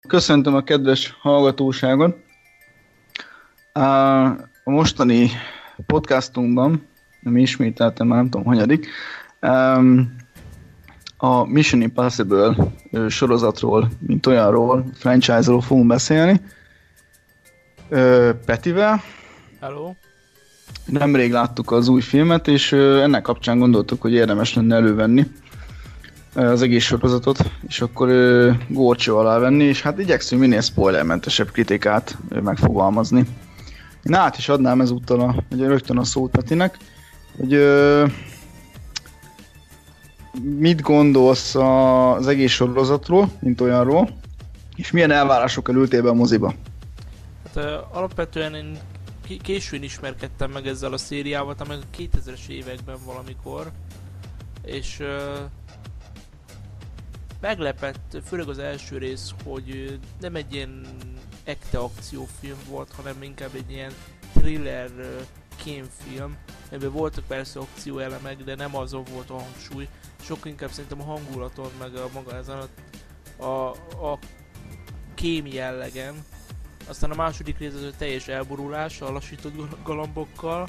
Köszöntöm a kedves hallgatóságot. A mostani podcastunkban, ami ismételtem, már nem tudom, hanyadik, a Mission Impossible sorozatról, mint olyanról, franchise-ról fogunk beszélni. Petivel. Hello. Nemrég láttuk az új filmet, és ennek kapcsán gondoltuk, hogy érdemes lenne elővenni az egész sorozatot, és akkor górcső alá venni, és hát igyekszünk minél spoilermentesebb kritikát megfogalmazni. Én át is adnám ezúttal rögtön a szót Petinek, hogy mit gondolsz az egész sorozatról, mint olyanról, és milyen elvárásokkal ültél be a moziba? Hát alapvetően én későn ismerkedtem meg ezzel a szériával, talán a 2000-es években valamikor, és meglepett, főleg az első rész, hogy nem egy ilyen ekte akciófilm volt, hanem inkább egy ilyen thriller kémfilm, ebben voltak persze akcióelemek, de nem azon volt a hangsúly, sokkal inkább szerintem a hangulaton, meg a maga ezen a kém jellegen. Aztán a második rész az a teljes elborulás a lassított galambokkal,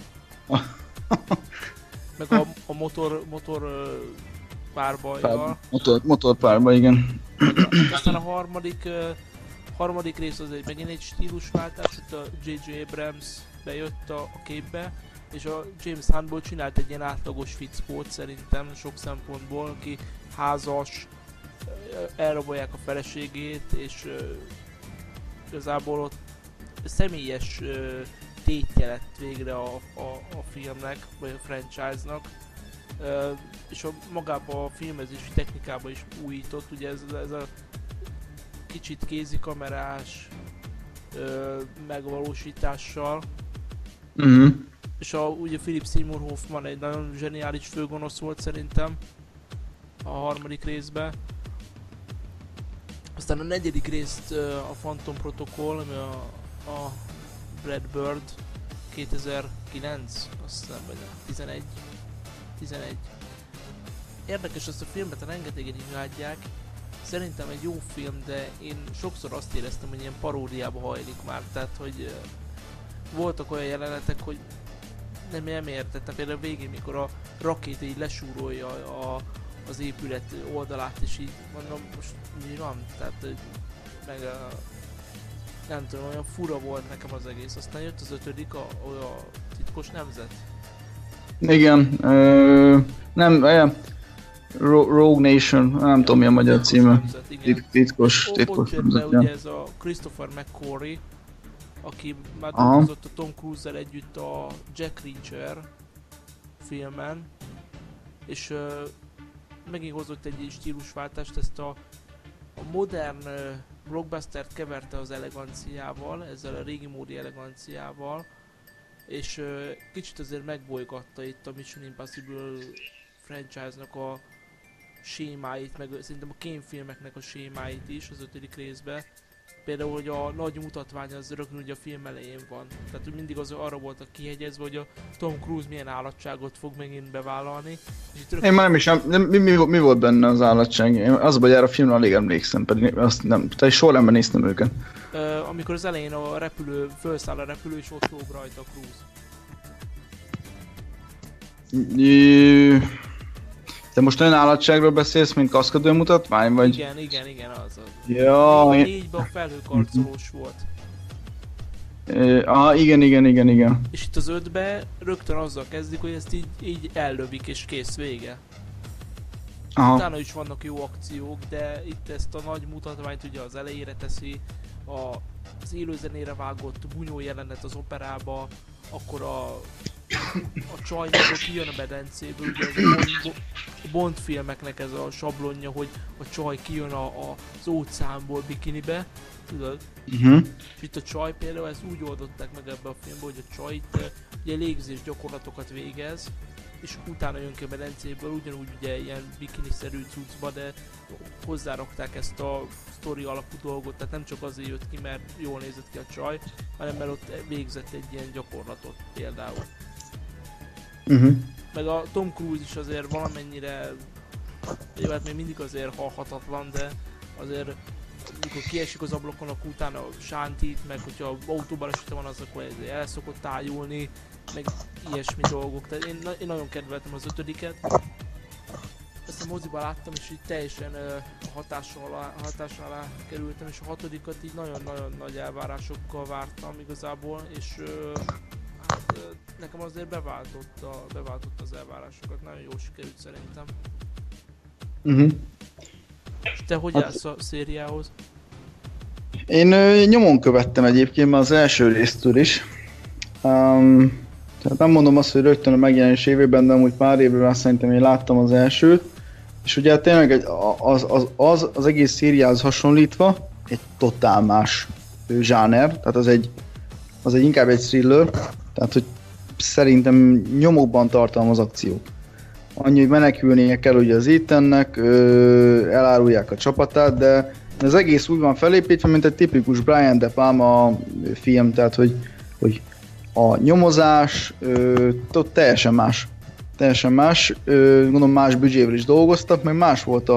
meg a motor párbajjal. Motorpárba, igen. Aztán a harmadik rész az megint egy stílusváltás, itt a J.J. Abrams bejött a képbe, és a James Huntból csinált egy ilyen átlagos fickót szerintem sok szempontból, aki házas, elrabolják a feleségét, és igazából ott személyes tétje lett végre a filmnek, vagy a franchise-nak. És magában a filmezési technikában is újított, ugye ez a kicsit kézikamerás megvalósítással. Mm-hmm. És ugye Philip Seymour Hoffman egy nagyon zseniális főgonosz volt szerintem a harmadik részben. Aztán a negyedik részt a Phantom Protocol, ami a Brad Bird 2009, azt hiszem, vagy 11. Érdekes, ezt a filmet rengetegen imádják. Szerintem egy jó film, de én sokszor azt éreztem, hogy ilyen paródiába hajlik már. Tehát, hogy voltak olyan jelenetek, hogy nem értettem. Például a végén, mikor a rakéta így lesúrolja az épület oldalát, és így mondom, most mi van? Tehát, meg nem tudom, olyan fura volt nekem az egész. Aztán jött az ötödik, a titkos nemzet. Igen, Rogue Nation, nem tudom mi a magyar címe. Titkos nemzet. Ugye ez a Christopher McQuarrie, aki már dolgozott a Tom Cruise-zel együtt a Jack Reacher filmen, és megint hozott egy stílusváltást, ezt a modern blockbustert keverte az eleganciával, ezzel a régi módi eleganciával, és kicsit azért megbolygatta itt a Mission Impossible franchise-nak a sémáit, meg szerintem a kémfilmeknek a sémáit is az ötödik részben. Például, hogy a nagy mutatvány az rögtön ugye a film elején van. Tehát hogy mindig arra voltak kihegyezve, hogy a Tom Cruise milyen állatságot fog megint bevállalni. És itt Én már mi volt benne az állatság? Én az baj, a filmre alig emlékszem, pedig azt nem, tehát sorrendben néztem őket. Amikor az elején a repülő, felszáll a repülő és ott lóg rajta a Cruise. Te most olyan állatságról beszélsz, mint kaszkadőr mutatvány, vagy? Igen, az. Ja, négyben a felhőkarcolós volt. Igen. És itt az ötbe rögtön azzal kezdik, hogy ezt így ellövik és kész, vége. Aha. Utána is vannak jó akciók, de itt ezt a nagy mutatványt ugye az elejére teszi, az élőzenére vágott bunyó jelenet az operába, akkor a csaj mikor kijön a medencéből, ugye ez a Bond filmeknek ez a sablonja, hogy a csaj kijön az óceánból bikinibe, tudod? És itt a csaj például ezt úgy oldották meg ebbe a filmbe, hogy a csaj itt ugye légzés gyakorlatokat végez, és utána jön ki a medencéből, ugyanúgy ugye ilyen bikini-szerű cuccba, de hozzárakták ezt a sztori alapú dolgot, tehát nem csak azért jött ki, mert jól nézett ki a csaj, hanem mert ott végzett egy ilyen gyakorlatot például. Meg a Tom Cruise is azért valamennyire, jó, hát még mindig azért halhatatlan, de azért mikor kiesik az ablakon, akkor utána sántít, meg hogyha autóban esete van, az akkor el szokott tájulni, meg ilyesmi dolgok. Tehát én nagyon kedveltem az 5-et. Ezt a moziban láttam, és így teljesen hatás alá kerültem, és a 6-at így nagyon-nagyon nagy elvárásokkal vártam igazából, és hát nekem azért beváltott az elvárásokat, nagyon jól sikerült szerintem. És te hogy állsz a szériához? Én nyomon követtem egyébként már az első résztől is. Tehát nem mondom azt, hogy rögtön a megjelenés évében, de amúgy pár évre már szerintem én láttam az elsőt. És ugye tényleg az egész szériához hasonlítva egy totál más zsáner, tehát az egy inkább egy thriller, tehát hogy szerintem nyomokban tartalmaz akciót. Annyi, hogy menekülnie kell ugye az Ethannek, elárulják a csapatát, de az egész úgy van felépítve, mint egy tipikus Brian De Palma film, tehát hogy a nyomozás teljesen más. Teljesen más, gondolom más büdzsével is dolgoztak, meg más volt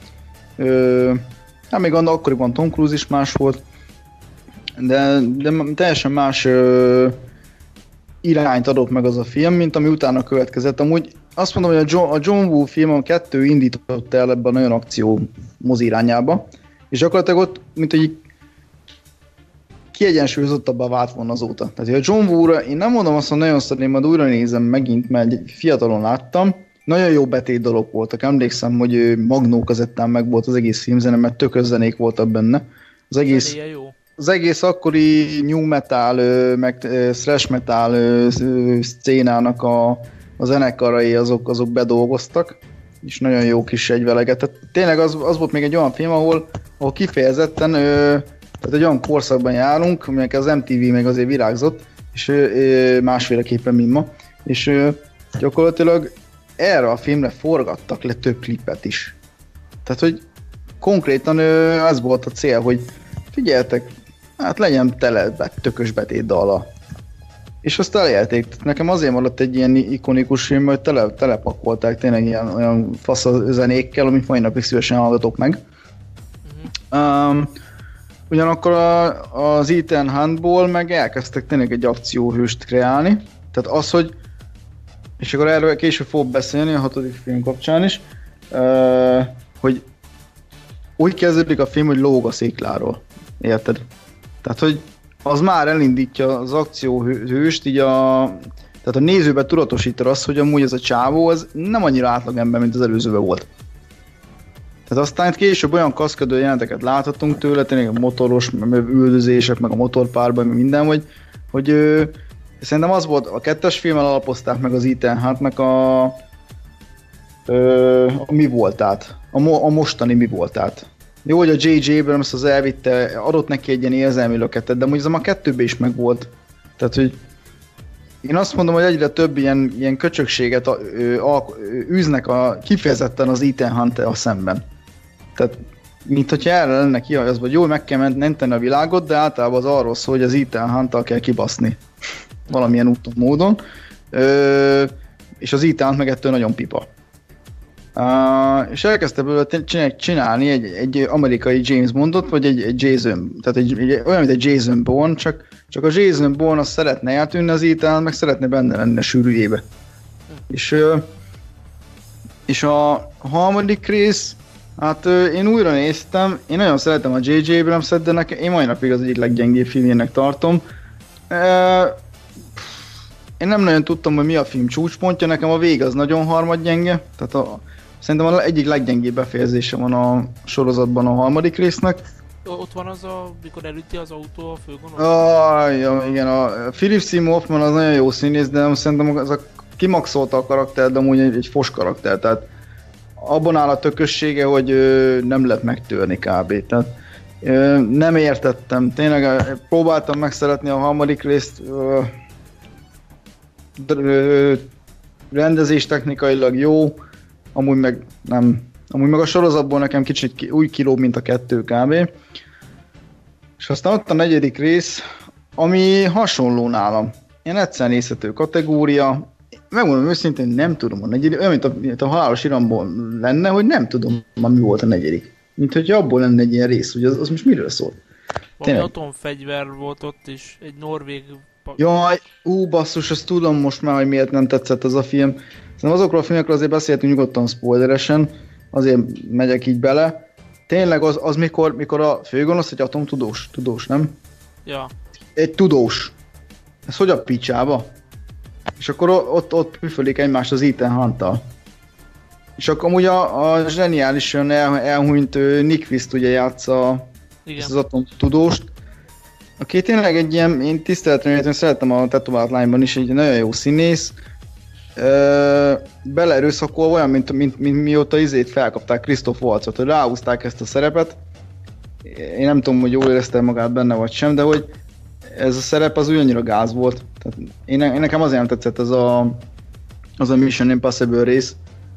hát még akkoriban Tom Cruise is más volt, de teljesen más irányt adott meg az a film, mint ami utána következett. Amúgy azt mondom, hogy a John Woo film a 2 indított el ebben a nagyon akció mozi irányába, és gyakorlatilag ott, mint hogy kiegyensúlyozottabbá vált volna azóta. Tehát a John Woo-ra én nem mondom azt, hogy nagyon szeretném, majd újra nézem megint, mert egy fiatalon láttam. Nagyon jó betét dolog voltak. Emlékszem, hogy Magnó kazettán meg volt az egész filmzene, mert tökös zenék voltak benne. Az egész akkori new metal, meg thrash metal szcénának a zenekarai azok bedolgoztak, és nagyon jó kis egyveleget. Tehát tényleg az volt még egy olyan film, ahol kifejezetten tehát egy olyan korszakban járunk, aminek az MTV még azért virágzott, és másféleképpen, mint ma, és gyakorlatilag erre a filmre forgattak le több klipet is. Tehát, hogy konkrétan ez volt a cél, hogy figyeljetek, hát legyen tele tökös betét dala. És azt elérték. Nekem azért maradt egy ilyen ikonikus film, hogy telepakolták tényleg ilyen olyan fasz zenékkel, amit mai napig szívesen hallgatok meg. Ugyanakkor az Ethan Huntból meg elkezdtek tényleg egy akcióhőst kreálni. Tehát az, hogy, és akkor erről később fog beszélni a 6. film kapcsán is, hogy úgy kezdődik a film, hogy lóg a szikláról. Érted? Tehát, hogy az már elindítja az akcióhőst, így tehát a nézőbe tudatosítja azt, hogy amúgy ez a csávó az nem annyira átlagember, mint az előzőben volt. Tehát aztán később olyan kaszkadő jeleneteket láthatunk tőle, tényleg a motoros üldözések, meg a motorpárban, meg minden, hogy szerintem az volt, a 2-es filmmel alapozták meg az Ethan Huntnak a mi voltát, a mostani mi voltát. Jó, hogy a J.J. Abrams az elvitte, adott neki egy ilyen érzelmi löketet, de mondjuk az már 2-ben is meg volt. Tehát, hogy én azt mondom, hogy egyre több ilyen köcsökséget űznek kifejezetten az Ethan Hunt-tel szemben. Tehát, mint hogyha erre lenne kihajazva, hogy jó, meg kell menteni a világot, de általában az arról szól, hogy az Ethan Hunt-tal kell kibaszni. Valamilyen úton, módon. És az Ethan Hunt meg ettől nagyon pipa. És elkezdte belőle csinálni egy amerikai James Bondot, vagy egy Jason, tehát olyan, mint egy Jason Bourne, csak a Jason Bourne az szeretne eltűnni, az Ethan meg szeretne benne lenni a sűrűjébe. És a harmadik rész, hát én újra néztem, én nagyon szeretem a J.J. Abrams-et, de én mai napig az egyik leggyengébb filmjének tartom. Én nem nagyon tudtam, hogy mi a film csúcspontja, nekem a vége az nagyon harmadgyenge, tehát szerintem az egyik leggyengébb befejezése van a sorozatban a harmadik résznek. Ott van az mikor elüti az autó a főgonosz? Ja, igen, a Philip Seymour Hoffman az nagyon jó színész, de szerintem az a kimaxolta a karakter, de amúgy egy fos karakter, tehát abban áll a tökössége, hogy nem lehet megtörni kb. Tehát nem értettem, tényleg próbáltam megszeretni a harmadik részt, rendezés technikailag jó, amúgy meg nem. Amúgy meg a sorozatból nekem kicsit úgy kilóg, mint a 2 kb. És aztán ott a 4. rész, ami hasonló nálam. Ilyen egyszer nézhető kategória. Megmondom őszintén, nem tudom a 4. olyan, mint a halálos iramból lenne, hogy nem tudom, mi volt a 4. mint hogy abból lenne egy ilyen rész, hogy az most miről szól? Valami atomfegyver volt ott is, egy norvég... Jaj, basszus, azt tudom most már, hogy miért nem tetszett ez a film. Szerintem azokról a filmekről azért beszéltünk nyugodtan spoileresen, azért megyek így bele. Tényleg az mikor a főgonosz egy atomtudós, nem? Ja. Egy tudós. Ez hogy a picsába? És akkor ott püfölik egymást az Ethan Hunt-tal. És akkor amúgy a zseniálisan elhunyt Nyqvist ugye játsza ezt az atomtudóst, aki tényleg egy ilyen, én tiszteletre szerettem a tetovált lányban is, egy nagyon jó színész. Belerőszakol olyan, mint mióta felkapták Christoph Waltzot, hogy ráhúzták ezt a szerepet. Én nem tudom, hogy jól érezte magát benne vagy sem, de hogy ez a szerep az olyannyira gáz volt. Tehát nekem azért nem tetszett az a Mission Impossible rész.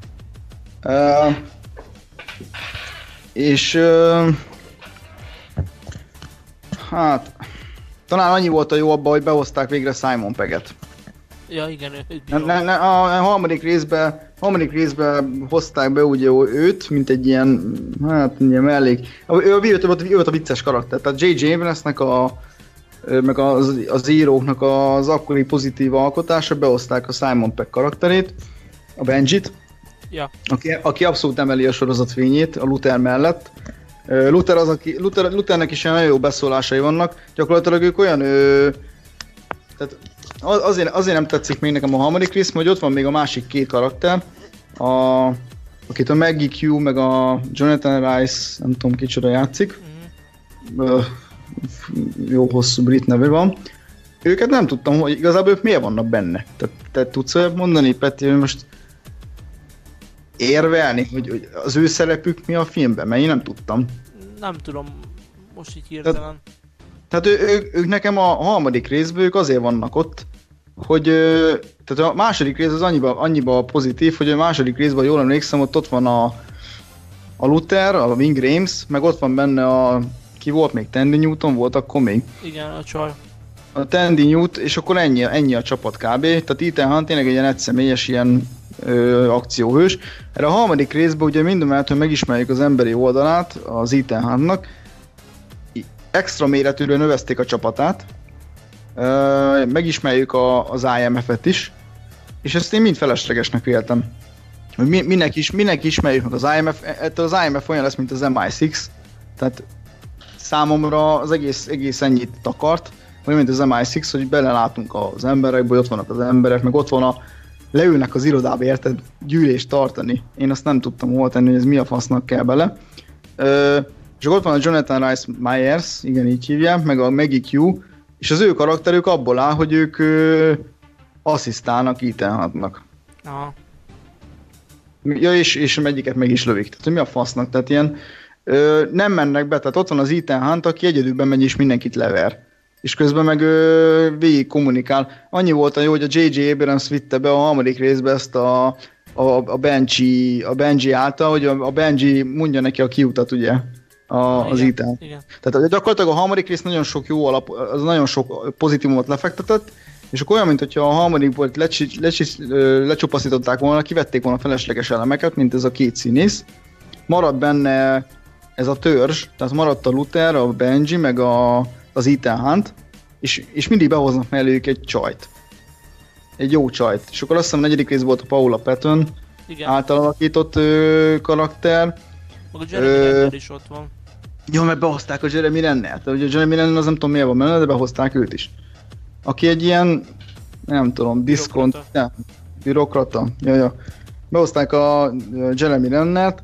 Hát talán annyi volt a jó abban, hogy behozták végre Simon Pegget. Ja, igen, a harmadik részben hozták be ugye őt, mint egy ilyen, hát ilyen mellék. Ő volt a vicces karakter, tehát J.J. Abrams-nek meg az íróknak az akkori pozitív alkotása, behozták a Simon Pegg karakterét, a Benjit, ja. aki abszolút emeli a sorozat fényét a Luther mellett. Luthernek is olyan nagyon jó beszólásai vannak, gyakorlatilag ők olyan... tehát azért nem tetszik még nekem a harmadik rész, hogy ott van még a másik két karakter, akit a Maggie Q meg a Jonathan Rice, nem tudom kicsoda játszik. Jó hosszú brit neve van. Őket nem tudtam, hogy igazából ők miért vannak benne. Te tudsz olyat mondani, Peti, hogy most érvelni, hogy az ő szerepük mi a filmben, mert én nem tudtam. Nem tudom, most így hirtelen. Tehát ők nekem a harmadik részből ők azért vannak ott, hogy tehát a második rész az annyiba pozitív, hogy a második részben, jól emlékszem, ott van a Luther, a Ving Rhames, meg ott van benne ki volt még? Tandy Newton volt akkor még? Igen, a csaj. A Tandy Newt, és akkor ennyi a csapat kb. Tehát Ethan Hunt tényleg egy ilyen egyszemélyes ilyen akcióhős. Erre a harmadik részben ugye mindemellett, hogy megismerjük az emberi oldalát az Ethan Huntnak, extra méretűről növezték a csapatát, megismerjük az IMF-et is, és ezt én mind feleslegesnek véltem. Minek ismerjük meg az IMF, ettől az IMF olyan lesz, mint az MI6, tehát számomra az egész ennyit takart, olyan, mint az MI6, hogy belelátunk az emberekbe, ott vannak az emberek, meg ott van leülnek az irodába, érted, gyűlést tartani. Én azt nem tudtam hol tenni, hogy ez mi a fasznak kell bele. És ott van a Jonathan Rice Myers, igen, így hívják, meg a Maggie Q, és az ő karakterük abból áll, hogy ők asszisztálnak Ethan Huntnak. Aha. Ja, és egyiket meg is lövik. Tehát mi a fasznak? Tehát ilyen nem mennek be, tehát ott van az Ethan Hunt, aki egyedülben megy és mindenkit lever. És közben meg végig kommunikál. Annyi volt a jó, hogy a J.J. Abrams vitte be a harmadik részbe ezt a Benji által, hogy a Benji mondja neki a kiutat, ugye, az Ethan. Tehát gyakorlatilag a harmadik rész nagyon sok jó az nagyon sok pozitívumot lefektetett, és akkor olyan, mint hogyha a harmadikból lecsupaszították volna, kivették volna felesleges elemeket, mint ez a két színész. Marad benne ez a törzs, tehát maradt a Luther, a Benji, meg az Ethan Hunt, és mindig behoznak mellőjük egy csajt. Egy jó csajt. És akkor azt hiszem a negyedik rész volt a Paula Patton által alakított karakter. Meg a Jeremy Renner is ott van. Jó, mert behozták a Jeremy Renner. Tehát ugye a Jeremy Renner az nem tudom miért van benne, de behozták őt is. Aki egy ilyen, nem tudom, diszkont... Bürokrata. Ja. Behozták a Jeremy Rennert,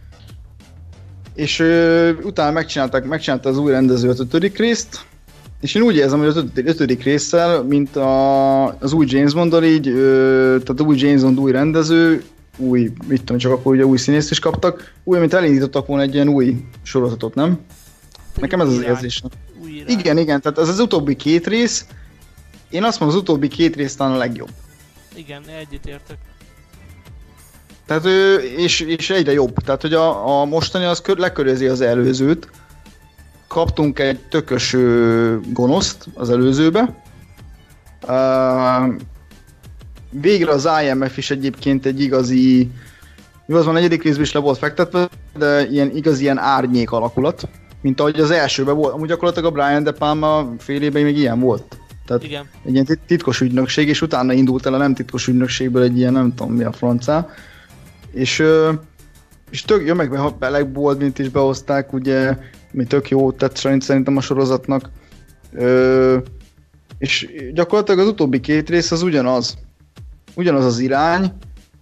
és utána megcsinálta az új rendező az 5. részt, és én úgy érzem, hogy az 5. résszel, mint az új James Bond-dal így, tehát új James Bond, új rendező, mit tudom, csak akkor ugye új színészt is kaptak, úgy, mint elindítottak volna egy ilyen új sorozatot, nem? Nekem ez az érzésem. Igen, tehát ez az utóbbi két rész, én azt mondom, az utóbbi két rész talán a legjobb. Igen, egyetértek. Tehát és egyre jobb. Tehát, hogy a mostani az lekörözi az előzőt. Kaptunk egy tökös gonoszt az előzőbe. Végre az IMF is egyébként egy igazi... Igaz van, a negyedik részben is le volt fektetve, de ilyen árnyék alakulat, mint ahogy az elsőben volt. Amúgy gyakorlatilag a Brian De Palma félében még ilyen volt. Tehát igen. Egy ilyen titkos ügynökség, és utána indult el a nem titkos ügynökségből egy ilyen, nem tudom mi a francá. És tök jó, meg a Alec Baldwint is behozták, ugye, mi tök jó tett szerintem a sorozatnak. És gyakorlatilag az utóbbi két rész az ugyanaz. Ugyanaz az irány.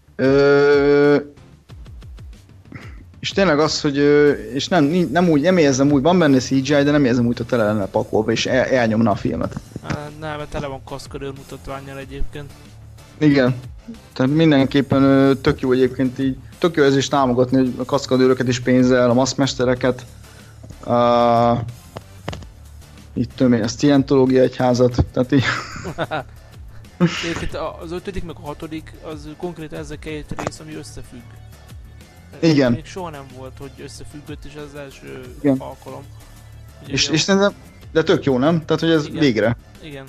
És tényleg az, hogy és nem érzem úgy, van benne CGI, de nem érzem úgy, hogy tele lenne pakolva, és elnyomna a filmet. Nem, mert tele van kaszkadőr mutatvánnyal egyébként. Igen. Tehát mindenképpen tök jó egyébként így, tök jó ez is támogatni, hogy a kaszkadőröket is pénzzel, a maszkmestereket, itt tudom én, a Scientológia egyházat, tehát így. Az 5. meg a 6. az konkrét ezzel két rész, ami összefügg. Igen. Még soha nem volt, hogy összefüggött, és ez az első igen. alkalom. És de tök jó, nem? Tehát, hogy ez igen. Végre. Igen.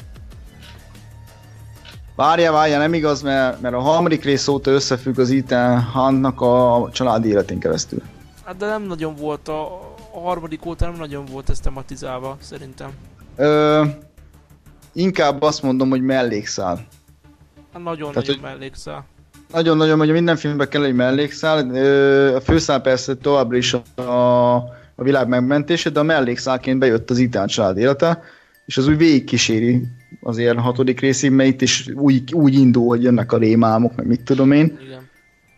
Várja, nem igaz, mert a harmadik rész óta összefügg az Ethan Huntnak a családi életén keresztül. Hát de nem nagyon volt, a harmadik óta nem nagyon volt ez tematizálva, szerintem. Inkább azt mondom, hogy mellékszál. Hát nagyon mellékszál. Nagyon-nagyon, hogy minden filmben kell egy mellékszál. A főszál persze továbbra is a világ megmentése, de a mellékszálként bejött az Ethan család élete, és az úgy végigkíséri azért a 6. részig, mert itt is úgy indul, hogy jönnek a rémálmok, meg mit tudom én. Igen.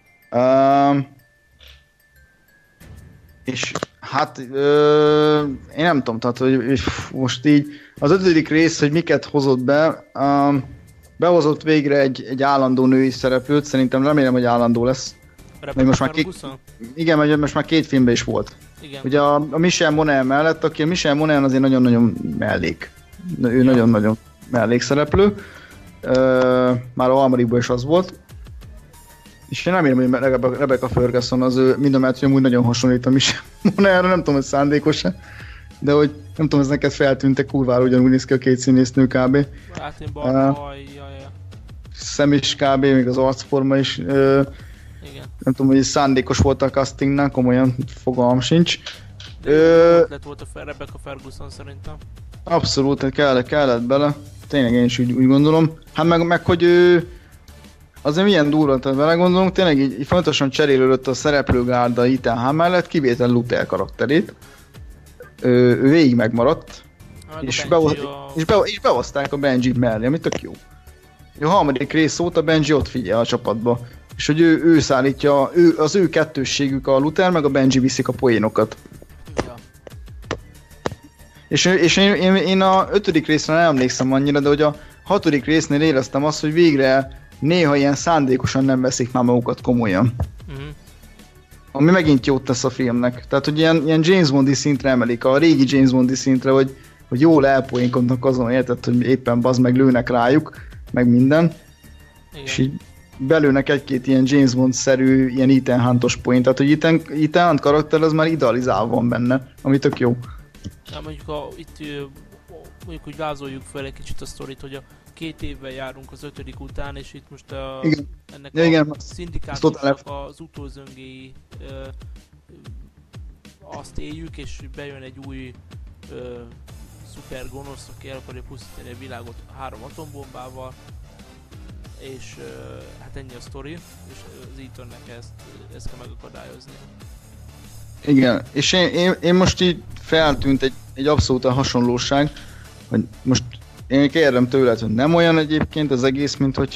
És hát én nem tudom, tehát hogy most így az 5. rész, hogy miket hozott be, behozott végre egy állandó női szereplőt, szerintem remélem, hogy állandó lesz. Most már igen, mert most már 2 filmben is volt. Igen. Ugye a Michel Monaghan mellett, aki a Michel Monaghan azért nagyon-nagyon mellék. Ő nagyon-nagyon mellékszereplő. Már a harmadikban is az volt. És én remélem, hogy Rebecca Ferguson az ő mindamellett, hogy amúgy nagyon hasonlít a Michel Monaghanra, nem tudom, hogy szándékos-e. De hogy nem tudom, ez neked feltűntek, kurvára ugyanúgy néz ki a két színésznő kb. Hát én barna szem is kb, még az arcforma is. Igen. Nem tudom, hogy szándékos volt a castingnál, komolyan fogalmam sincs. Lett volt a Rebecca Ferguson szerintem. Abszolút, kellett bele. Tényleg én is úgy gondolom. Hát meg hogy azért milyen durva, tehát vele gondolom, tényleg így fontosan cserélődött a szereplőgárda Ethan Hunt mellett, kivétel Luther karakterét. Ő végig megmaradt. És behozták a Benjit mellé, ami tök jó. A harmadik rész óta Benji ott figyel a csapatba. És hogy ő szállítja, az ő kettősségük a Luther, meg a Benji viszik a poénokat. Ja. És én a 5. részre nem emlékszem annyira, de hogy a 6. résznél éreztem azt, hogy végre néha ilyen szándékosan nem veszik már magukat komolyan. Ami megint jót tesz a filmnek. Tehát, hogy ilyen James Bondi szintre emelik, a régi James Bondi szintre, hogy jól elpoénkodnak azon, érted, hogy éppen bazd meg lőnek rájuk, meg minden. Igen. És így belőnek egy-két ilyen James Bond-szerű, ilyen Ethan Hunt-os poén, tehát hogy Ethan Hunt karakter az már idealizálva van benne, ami tök jó. Ja, mondjuk mondjuk, hogy vázoljuk fel egy kicsit a sztorit, hogy a 2 évvel járunk az 5. után, és itt most ennek a szindikátusnak az utózöngéi azt éljük, és bejön egy új szuper gonosz, aki el akarja pusztítani a világot 3 atombombával, és hát ennyi a sztori, és az Ethannek ezt kell megakadályozni. Igen, és én most így feltűnt egy abszolút hasonlóság, hogy most én kérdem tőled, hogy nem olyan egyébként az egész,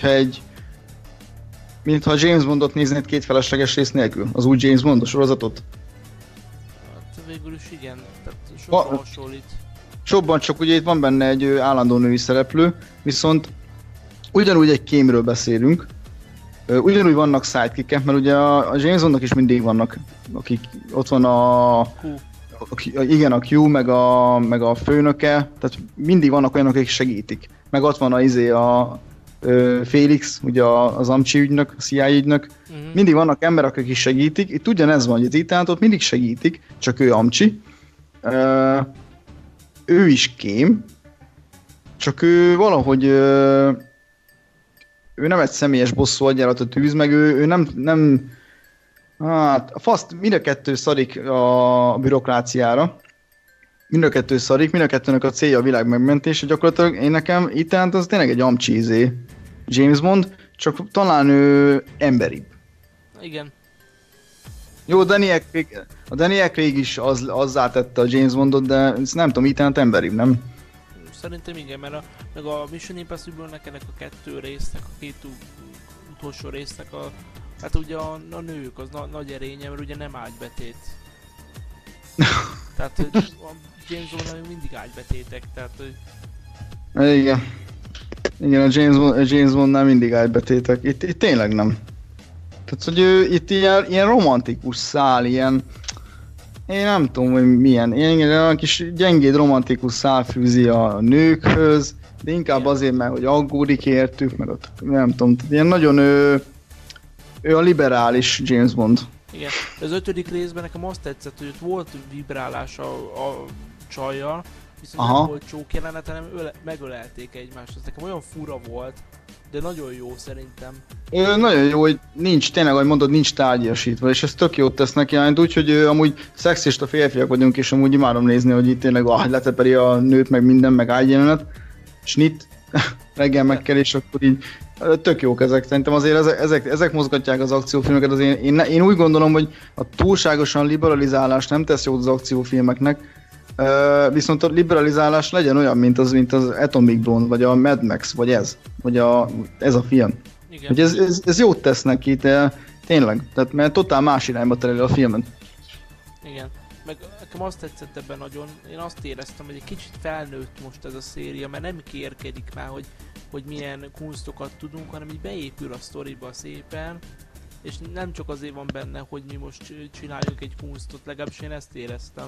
mintha James Bondot néznéd 2 felesleges rész nélkül, az új James Bond sorozatot. Hát végül is igen, tehát sokkal hasonlít. Sokban, csak ugye itt van benne egy állandó női szereplő, viszont ugyanúgy egy kémről beszélünk, ugyanúgy vannak sidekickek, mert ugye a James Bondnak is mindig vannak, akik ott van a Q, meg a főnöke, tehát mindig vannak olyanok, akik segítik. Meg ott van a Félix, ugye az Amcsi ügynök, a CIA ügynök. Mindig vannak emberek, akik segítik. Itt ugyanez van, hogy az Ethan ott mindig segítik, csak ő Amcsi. Ő is kém, csak ő valahogy ő nem egy személyes bosszú agyáratot űz, meg ő nem Hát, a faszt mind a kettő szarik a bürokráciára. Mind a kettő szarik, mind a kettőnek a célja a világ megmentése. Gyakorlatilag én nekem itt az tényleg egy amcsízé James Bond, csak talán ő emberibb. Igen. Jó, a Daniel Craig is azzá tette a James Bondot, de ezt nem tudom, itt emberibb, nem? Szerintem igen, mert meg a Mission Impossible-nek ennek a kettő résznek, a két utolsó résznek hát ugye a nők az nagy erénye, mert ugye nem ágybetét. Tehát a James Bond mindig ágybetétek, tehát hogy... Igen. Igen, a James Bondnál mindig ágybetétek. Itt tényleg nem. Tehát, hogy ő itt ilyen romantikus szál, ilyen... Én nem tudom, hogy milyen. Ilyen kis gyengéd romantikus szál fűzi a nőkhöz, de inkább azért, mert hogy aggódik értük, meg ott nem tudom, ilyen nagyon ő a liberális James Bond. Igen, az 5. részben nekem azt tetszett, hogy ott volt vibrálás a csajjal, viszont nem volt csók jelenet, hanem megölelték egymást. Ez nekem olyan fura volt, de nagyon jó szerintem. Nagyon jó, hogy nincs, tényleg, ahogy mondod, nincs tárgyasítva, és ez tök jót tesz neki, úgyhogy amúgy szexista férfiak vagyunk, és amúgy imádom nézni, hogy itt tényleg leteperi a nőt, meg minden, meg ágyjelenet, snit, reggel megkel, és akkor így tök jók ezek. Szerintem azért ezek mozgatják az akciófilmeket. Azért én úgy gondolom, hogy a túlságosan liberalizálás nem tesz jót az akciófilmeknek, viszont a liberalizálás legyen olyan, mint az Atomic Blonde, vagy a Mad Max, vagy ez a film. Igen. Hogy ez jót tesz neki, de tényleg, tehát mert totál más irányba tereli a filmet. Igen, meg nekem azt tetszett ebben nagyon, én azt éreztem, hogy egy kicsit felnőtt most ez a széria, mert nem kérkedik már, hogy milyen kunstokat tudunk, hanem így beépül a sztoriba szépen, és nem csak azért van benne, hogy mi most csináljunk egy kunstot, legalábbis én ezt éreztem.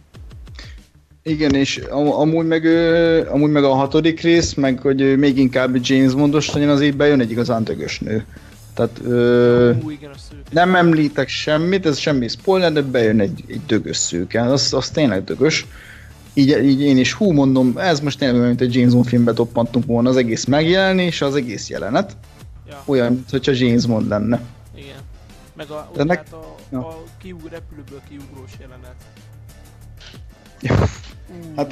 Igen, és amúgy meg a 6. rész, meg hogy még inkább James Bondos legyen, azért bejön egy igazán dögös nő. Tehát igen, nem említek semmit, ez semmi spoiler, de bejön egy dögös szőke, az tényleg dögös. Így én is mondom, ez most tényleg olyan, mint egy James Bond filmbe toppantunk volna az egész megjelenés, az egész jelenet. Ja. Olyan, mintha James Bond lenne. Igen. Meg a repülőből kiugrós jelenet. Hát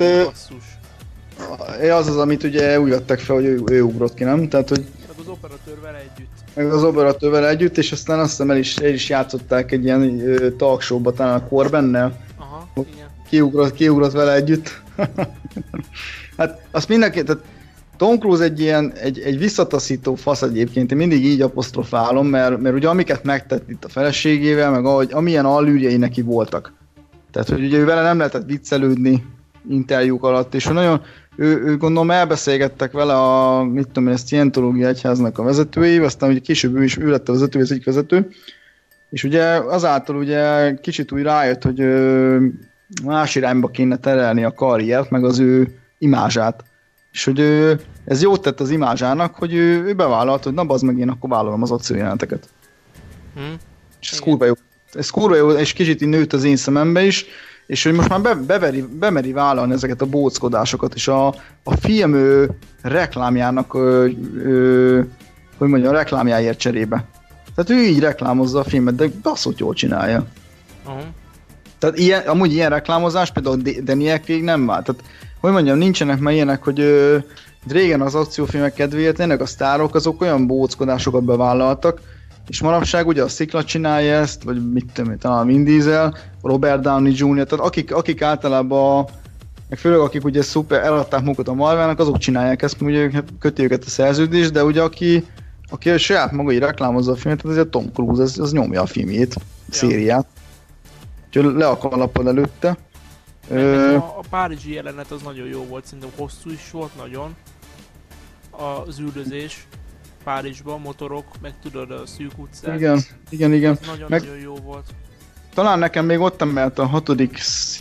az, amit ugye úgy adtak fel, hogy ő ugrott ki, nem? Tehát, hogy meg az operatőrvel együtt. Meg az operatőrvel együtt, és aztán azt hiszem el is játszották egy ilyen talk show-ba, talán a Corbennel. Aha, igen. Kiugrott vele együtt. Hát azt mindenki, tehát Tom Cruise egy visszataszító fasz egyébként, én mindig így apostrofálom, mert ugye amiket megtett itt a feleségével, meg amilyen allűrjei neki voltak. Tehát, hogy ugye vele nem lehetett viccelődni interjúk alatt, és nagyon, ő gondolom elbeszélgettek vele a, mit tudom én, a Scientológia egyháznak a vezetői, aztán ugye később ő lett a vezető, az egyik vezető, és ugye azáltal ugye kicsit úgy rájött, hogy más irányba kéne terelni a karriert, meg az ő imázsát. És hogy ez jót tett az imázsának, hogy ő bevállalt, hogy na bazd meg, én akkor vállalom az akciójeleneteket. És ez kurva jó, és kicsit így nőtt az én szemembe is, és hogy most már bemeri vállalni ezeket a bóckodásokat, és a film reklámjának, hogy mondjam, a reklámjáért cserébe. Tehát ő így reklámozza a filmet, de basszot jól csinálja. Tehát amúgy ilyen reklámozás például Daniel Craig nem vált. Tehát, hogy mondjam, nincsenek már ilyenek, hogy régen az akciófilmek kedvéért tényleg a sztárok azok olyan bóckodásokat bevállaltak, és manapság ugye a Szikla csinálja ezt, vagy mit tudom én, talán Vin Diesel, Robert Downey Jr., tehát akik általában, meg főleg akik ugye szuper eladták magukat a Marvelnek, azok csinálják ezt, ugye köti őket a szerződés, de ugye aki a saját maga így reklámozza a filmet, azért Tom Cruise, az nyomja a filmjét, a szériát. Úgyhogy le a kalappal előtte. A párizsi jelenet az nagyon jó volt, szerintem hosszú is volt nagyon. Az üldözés Párizsban, motorok, meg tudod a szűk utcák. Igen. Nagyon jó volt. Talán nekem még ott emelt a hatodik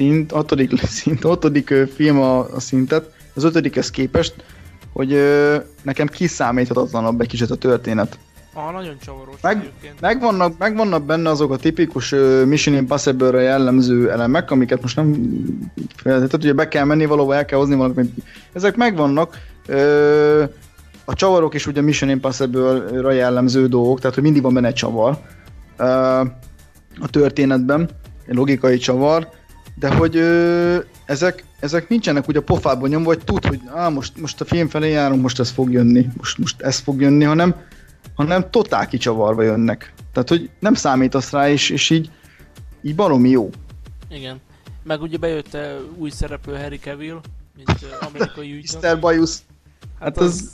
film a szintet, az 5-hez képest, hogy nekem kiszámíthatatlanabb egy kicsit a történet. Nagyon csavaros egyébként. Megvannak benne azok a tipikus Mission Impossible-re jellemző elemek, amiket most nem... Tehát ugye be kell menni valahova, el kell hozni valamit. Ezek megvannak. A csavarok is ugye Mission Impossible-ra jellemző dolgok, tehát hogy mindig van benne egy csavar. a történetben, egy logikai csavar, de hogy ezek nincsenek úgy a pofában nyomva, vagy tud, hogy most a film felé járunk, most ez fog jönni, most ez fog jönni, hanem totál kicsavarva jönnek. Tehát, hogy nem számítasz rá, és így baromi jó. Igen. Meg ugye bejött új szereplő Harry Cavill, mint amerikai ügynök. Mr. Bajusz. Hát az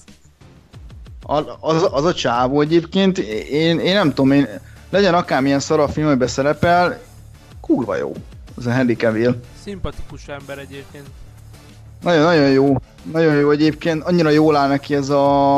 a csávó egyébként, én nem tudom, legyen akármilyen szar a film, amiben szerepel, kurva jó az a Harry Cavill. Szimpatikus ember egyébként. Nagyon jó. Nagyon jó egyébként, annyira jól áll neki ez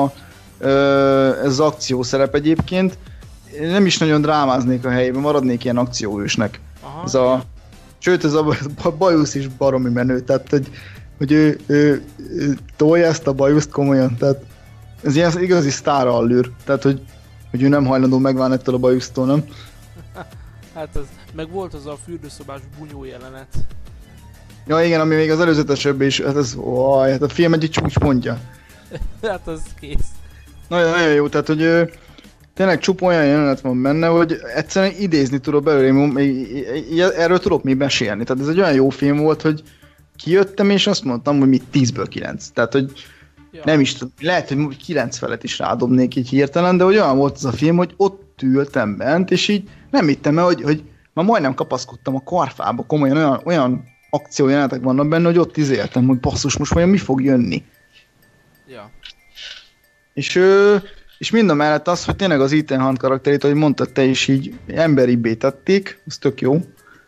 az akciószerep egyébként. Én nem is nagyon drámáznék a helyében, maradnék ilyen akcióhősnek. Sőt, ez a bajusz is baromi menő, tehát hogy ő tolja ezt a bajuszt komolyan, tehát ez ilyen igazi sztárallűr, tehát hogy ő nem hajlandó megválni ettől a bajusztól, nem? Hát ez, meg volt az a fürdőszobás bunyó jelenet. Ja igen, ami még az előzetesebb is, hát a film egyik csúcspontja. Hát az kész. Nagyon jó, tehát hogy tényleg csupa olyan jelenet van benne, hogy egyszerűen idézni tudok belőle, erről tudok még mesélni. Tehát ez egy olyan jó film volt, hogy kijöttem és azt mondtam, hogy mit 10-ből 9. Tehát, hogy nem is tudom, lehet, hogy 9 felet is rádobnék így hirtelen, de hogy olyan volt az a film, hogy ott ültem bent, és így nem hittem el, hogy már majdnem kapaszkodtam a karfába, komolyan olyan akciójelenetek vannak benne, hogy ott izéltem, hogy basszus, most vajon mi fog jönni. Ja. És mind a mellett az, hogy tényleg az Ethan Hunt karakterét, ahogy mondtad te is, így emberibbé tették, ez tök jó.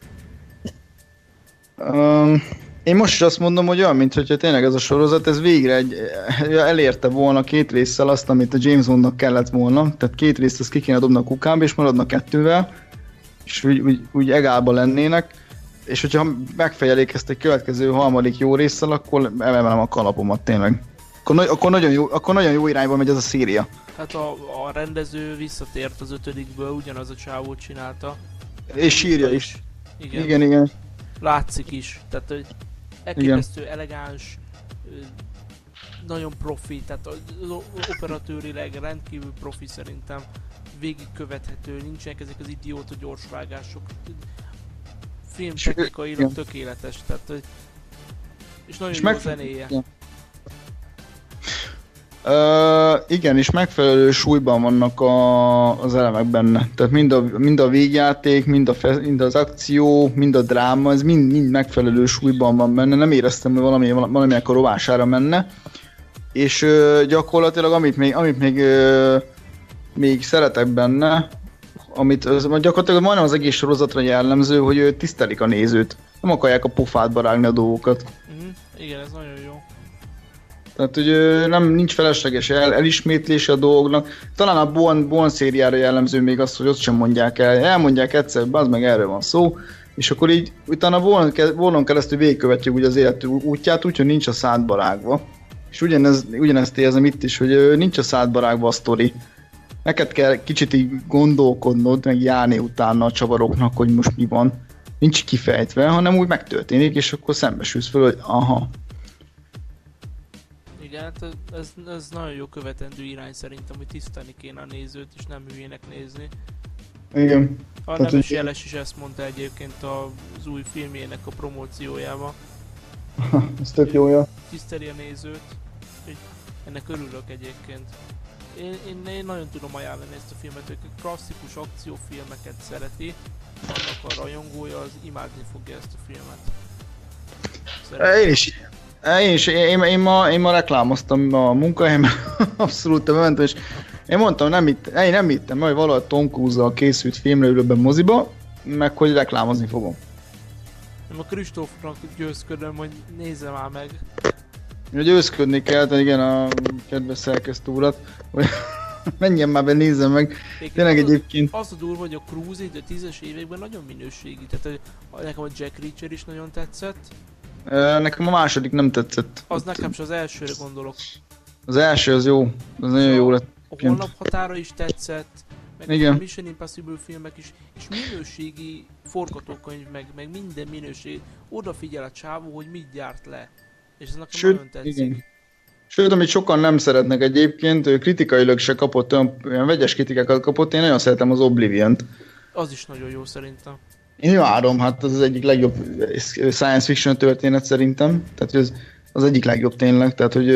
Én most is azt mondom, hogy olyan, mintha tényleg ez a sorozat, ez végre elérte volna 2 résszel azt, amit a James Bondnak kellett volna, tehát 2 részt azt ki kéne dobni a kukába, és maradna 2-vel, és úgy egálba lennének, és hogyha megfejelik ezt egy következő harmadik jó résszel, akkor emelem a kalapomat tényleg. Akkor nagyon jó irányba megy ez a széria. Hát a rendező visszatért az 5-ből, ugyanaz a csávót csinálta. És sírja is. Igen. Látszik is, tehát hogy elképesztő elegáns, nagyon profi, tehát operatőrileg rendkívül profi szerintem, végigkövethető, nincsenek ezek az idióta gyorsvágások. Filmtechnikailag tökéletes, tehát és nagyon jó a zenéje. Igen, és megfelelő súlyban vannak az elemek benne. Tehát mind a végjáték, mind az akció, mind a dráma, ez mind megfelelő súlyban van benne. Nem éreztem, hogy valaminek a rovására menne. És gyakorlatilag amit még szeretek benne, gyakorlatilag majdnem az egész sorozatra jellemző, hogy tisztelik a nézőt. Nem akarják a pofádba rágni a dolgokat. Igen, ez nagyon jó. Tehát, hogy nincs felesleges elismétlése a dolgoknak. Talán a Bond szériára jellemző még az, hogy ott sem mondják el. Elmondják egyszer, az meg erről van szó, és akkor így utána Bondon keresztül végigkövetjük ugye az élet útját, úgyhogy nincs a szádba rágva. És ugyanezt érzem itt is, hogy nincs a szádba rágva a sztori. Neked kell kicsit így gondolkodnod, meg járni utána a csavaroknak, hogy most mi van. Nincs kifejtve, hanem úgy megtörténik, és akkor szembesülsz fel, hogy aha. Igen, hát ez nagyon jó követendő irány szerintem, hogy tisztani kéne a nézőt, és nem hülyének nézni. Igen. A Nemes Jeles is ezt mondta egyébként az új filmjének a promóciójában. Ez tök jó, ja. Tiszteli a nézőt, hogy ennek örülök egyébként. Én nagyon tudom ajánlani ezt a filmet, hogy klasszikus akciófilmeket szereti, annak a rajongója az imádni fogja ezt a filmet. Én ma reklámoztam a munkahelyemen, abszolút bementem, és én mondtam, nem hittem, hogy valahogy Tom Cruise-zal készült filmre ülök be moziba, meg hogy reklámozni fogom. Nem a Kristófnak győzködöm, hogy nézze már meg. Győzködni kell, de igen, a kedves szerkesztő urat, hogy menjen már be, nézzem meg. Tényleg egyébként. Az a durva, hogy a Cruise így a 10-es években nagyon minőségi, tehát nekem a Jack Reacher is nagyon tetszett. Nekem a második nem tetszett. Az nekem sem, az elsőre gondolok. Az első az jó, az nagyon jó lett. A Holnap határa is tetszett, meg igen. A Mission Impossible filmek is, és minőségi forgatókönyv, meg minden minőség. Odafigyel a csávó, hogy mit gyárt le. És ez nekem nagyon tetszik. Igen. Sőt, amit sokan nem szeretnek egyébként, kritikailag se kapott, olyan vegyes kritikákat kapott, én nagyon szeretem az Oblivion-t. Az is nagyon jó szerintem. Én imádom, hát az egyik legjobb science fiction történet szerintem. Tehát hogy az egyik legjobb tényleg. Tehát, hogy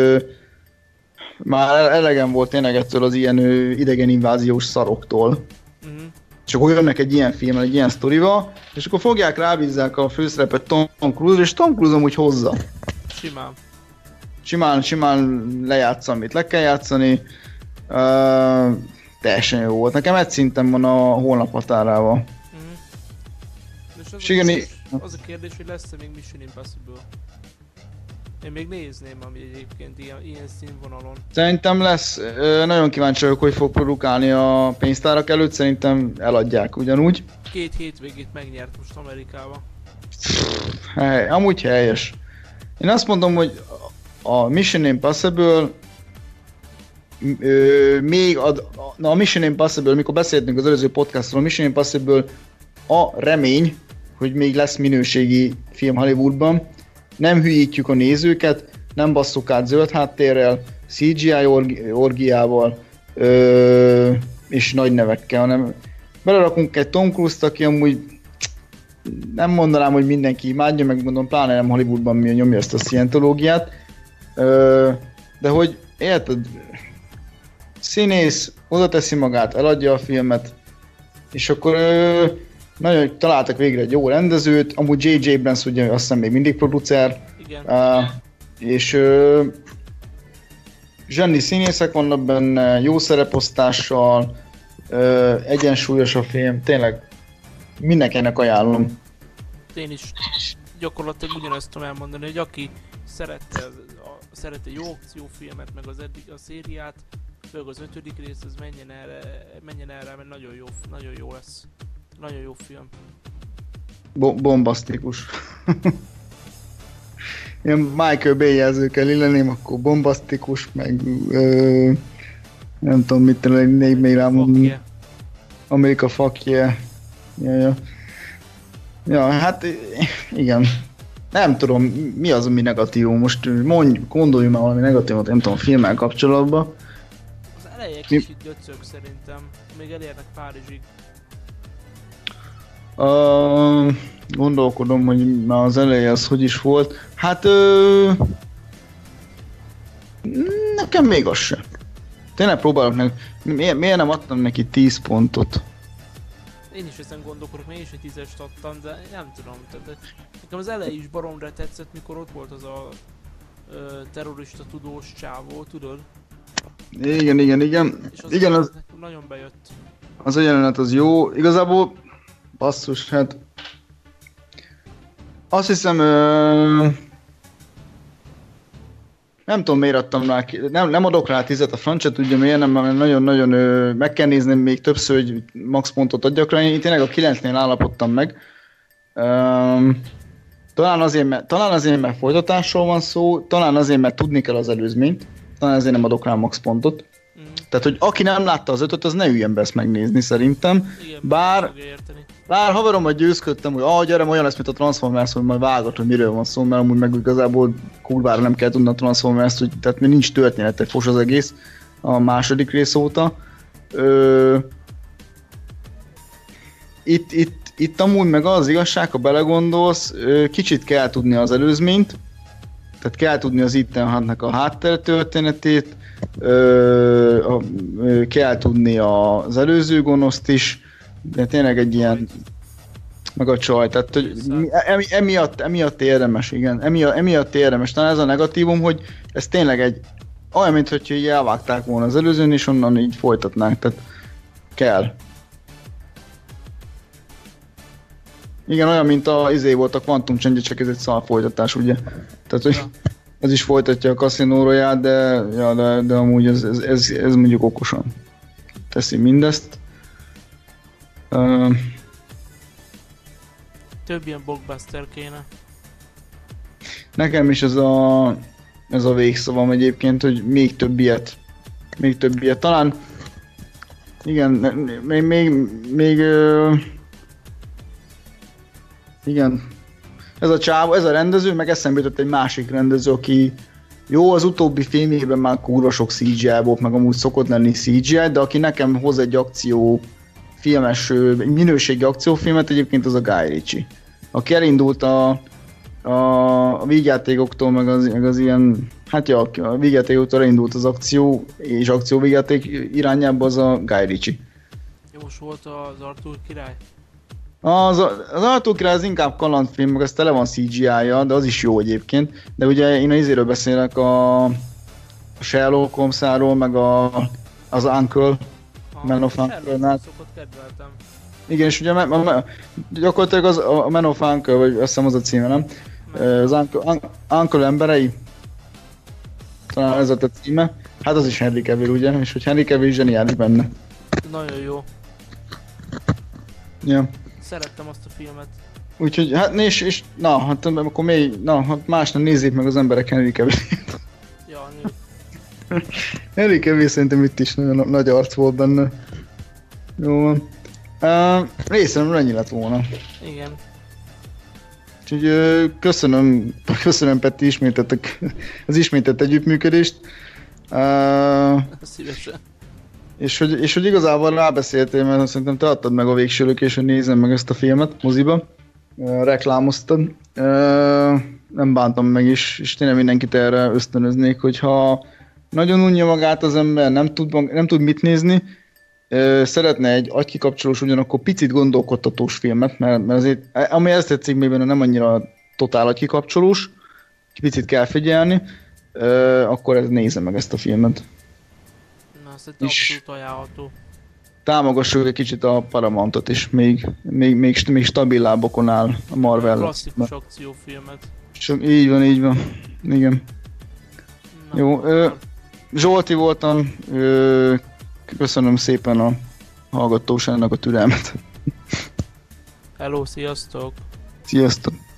már elegem volt tényleg ettől az ilyen idegen inváziós szaroktól. És akkor jönnek egy ilyen filmmel, egy ilyen sztorival, és akkor fogják, rábízzák a főszerepet Tom Cruise, és Tom Cruise amúgy hozza. Simán lejátsza, amit le kell játszani. Teljesen jó volt. Nekem egy szinten van a Holnap határával. És az a kérdés, hogy lesz-e még Mission Impossible? Én még nézném, ami egyébként ilyen színvonalon. Szerintem lesz. Nagyon kíváncsi vagyok, hogy fog produkálni a pénztárak előtt. Szerintem eladják ugyanúgy. 2 hétvégét megnyert most Amerikába. Amúgy helyes. Én azt mondom, hogy a Mission Impossible a Mission Impossible, mikor beszéltünk az előző podcastról, a Mission Impossible a remény, hogy még lesz minőségi film Hollywoodban. Nem hülyítjük a nézőket, nem basszuk át zöld háttérrel, CGI orgiával és nagy nevekkel, hanem belerakunk egy Tom Cruise-t, aki amúgy nem mondanám, hogy mindenki imádja, meg mondom, pláne nem Hollywoodban mi nyomja ezt a scientológiát, de hogy érted, színész, oda teszi magát, eladja a filmet, és akkor nagyon találtak végre egy jó rendezőt, amúgy J.J. Abrams ugye azt hiszem még mindig producer, és zseni színészek vannak benne, jó szereposztással, egyensúlyos a film, tényleg mindenkinek ajánlom. Én is gyakorlatilag ugyanezt tudom elmondani, hogy aki szerette jó akciófilmet, meg a szériát, főleg az 5. rész, az menjen erre, mert nagyon jó lesz. Nagyon jó film. Bombasztikus. Ilyen Michael Bay jelzőkkel illeném, akkor bombasztikus, meg nem tudom mit még rámondani. America fuck yeah. Ja, hát igen. Nem tudom, mi az, ami negatívum. Most gondoljunk már valami negatívot, nem tudom, filmmel kapcsolatban. Az eleje kicsit döcög szerintem. Még elérnek Párizsig. Gondolkodom, hogy már az eleje az hogy is volt. Hát nekem még az sem. Tényleg próbálok meg. Miért nem adtam neki 10 pontot? Én is ezen gondolkodok, mert én is egy 10-est adtam, de nem tudom. Tehát, nekem az eleje is baromra tetszett, mikor ott volt az a terrorista tudós csávó, tudod? Igen. És az nagyon bejött. Az a jelenet az jó. Igazából basszus, hát azt hiszem nem tudom miért adtam rá, nem adok rá 10-et, a francia tudja miért nem, mert nagyon-nagyon meg kell néznem még többször, hogy max pontot adjak rá, én tényleg a 9-nél állapodtam meg. Talán azért, mert folytatásról van szó, talán azért, mert tudni kell az előzményt, talán azért nem adok rá max pontot. Tehát, hogy aki nem látta az 5-öt, az ne üljön be ezt megnézni szerintem. Igen, bár haverommal győzködtem, hogy gyere, olyan lesz, mint a Transformers, hogy majd vágod, hogy miről van szó, mert amúgy meg igazából kurvára nem kell tudni a Transformers-t, hogy tehát még nincs története, fos az egész a második rész óta. Itt amúgy meg az igazság, ha belegondolsz, kicsit kell tudni az előzményt, tehát kell tudni az Ethan Huntnak a háttértörténetét, kell tudni az előző gonoszt is, de tényleg egy ilyen, meg a csaj, tehát hogy emiatt érdemes, igen, emiatt érdemes. Talán ez a negatívum, hogy ez tényleg egy olyan, mint hogyha így elvágták volna az előzőn, és onnan így folytatnánk, tehát kell. Igen, olyan, mint volt a Quantum Change, csak ez egy szar folytatás, ugye? Tehát, hogy ez is folytatja a Casino Royale, de amúgy ez mondjuk okosan teszi mindezt. Több ilyen blockbuster kéne. Nekem is ez a végszavam egyébként, hogy még több ilyet. Talán igen, még igen. Ez a rendező, meg eszembe jutott egy másik rendező, aki jó, az utóbbi filmében már kurva sok CGI volt, meg amúgy szokott lenni CGI, de aki nekem hoz egy akció filmes minőségi akciófilmet egyébként az a Guy Ritchie. Aki elindult a vígjátékoktól, meg az ilyen, hát ja, a vígjátékoktól elindult az akció és akcióvígjáték irányába, az a Guy Ritchie. Jós volt az Arthur király? Az Arthur király az inkább kalandfilm, meg az tele van CGI-ja, de az is jó egyébként. De ugye én az izéről beszélek, a Sherlock Holmesáról, meg az Uncle, Man of Uncle-nál. Kedveltem. Igen, és ugye gyakorlatilag az a Man of Uncle, vagy azt hiszem az a címe, nem? Az Uncle emberei. Talán ez a címe. Hát az is Henry Cavill, ugye? És hogy Henry Cavill zseniális benne. Nagyon jó. Ja. Szerettem azt a filmet. Úgyhogy, hát és na, hát akkor hát más nem nézzék meg az emberek Henry Cavill-t. Ja, Henry Cavill szerintem itt is nagyon nagy arc volt benne. Jó van. Részemről ennyi lett volna. Igen. Úgyhogy köszönöm Peti az ismételt együttműködést. Szívesen. És hogy igazából rábeszéltél, mert szerintem te adtad meg a végső lökést, hogy nézzem meg ezt a filmet moziba. Reklámoztad. Nem bántam meg is, és tényleg mindenkit erre ösztönöznék, hogyha nagyon unja magát az ember, nem tud mit nézni, szeretne egy agykikapcsolós, ugyanakkor picit gondolkodtatós filmet, mert azért, ami ezt tetszik még benne, nem annyira totál agykikapcsolós, picit kell figyelni, akkor nézze meg ezt a filmet. Na, szerintem abszolút ajánlható. Támogassuk egy kicsit a Paramountot is, még stabil lábokon áll a Marvel. Klasszikus akciófilmet. Így van, igen. Na, jó, Zsolti voltam, köszönöm szépen a hallgatóságnak a türelmet. Hello, sziasztok! Sziasztok!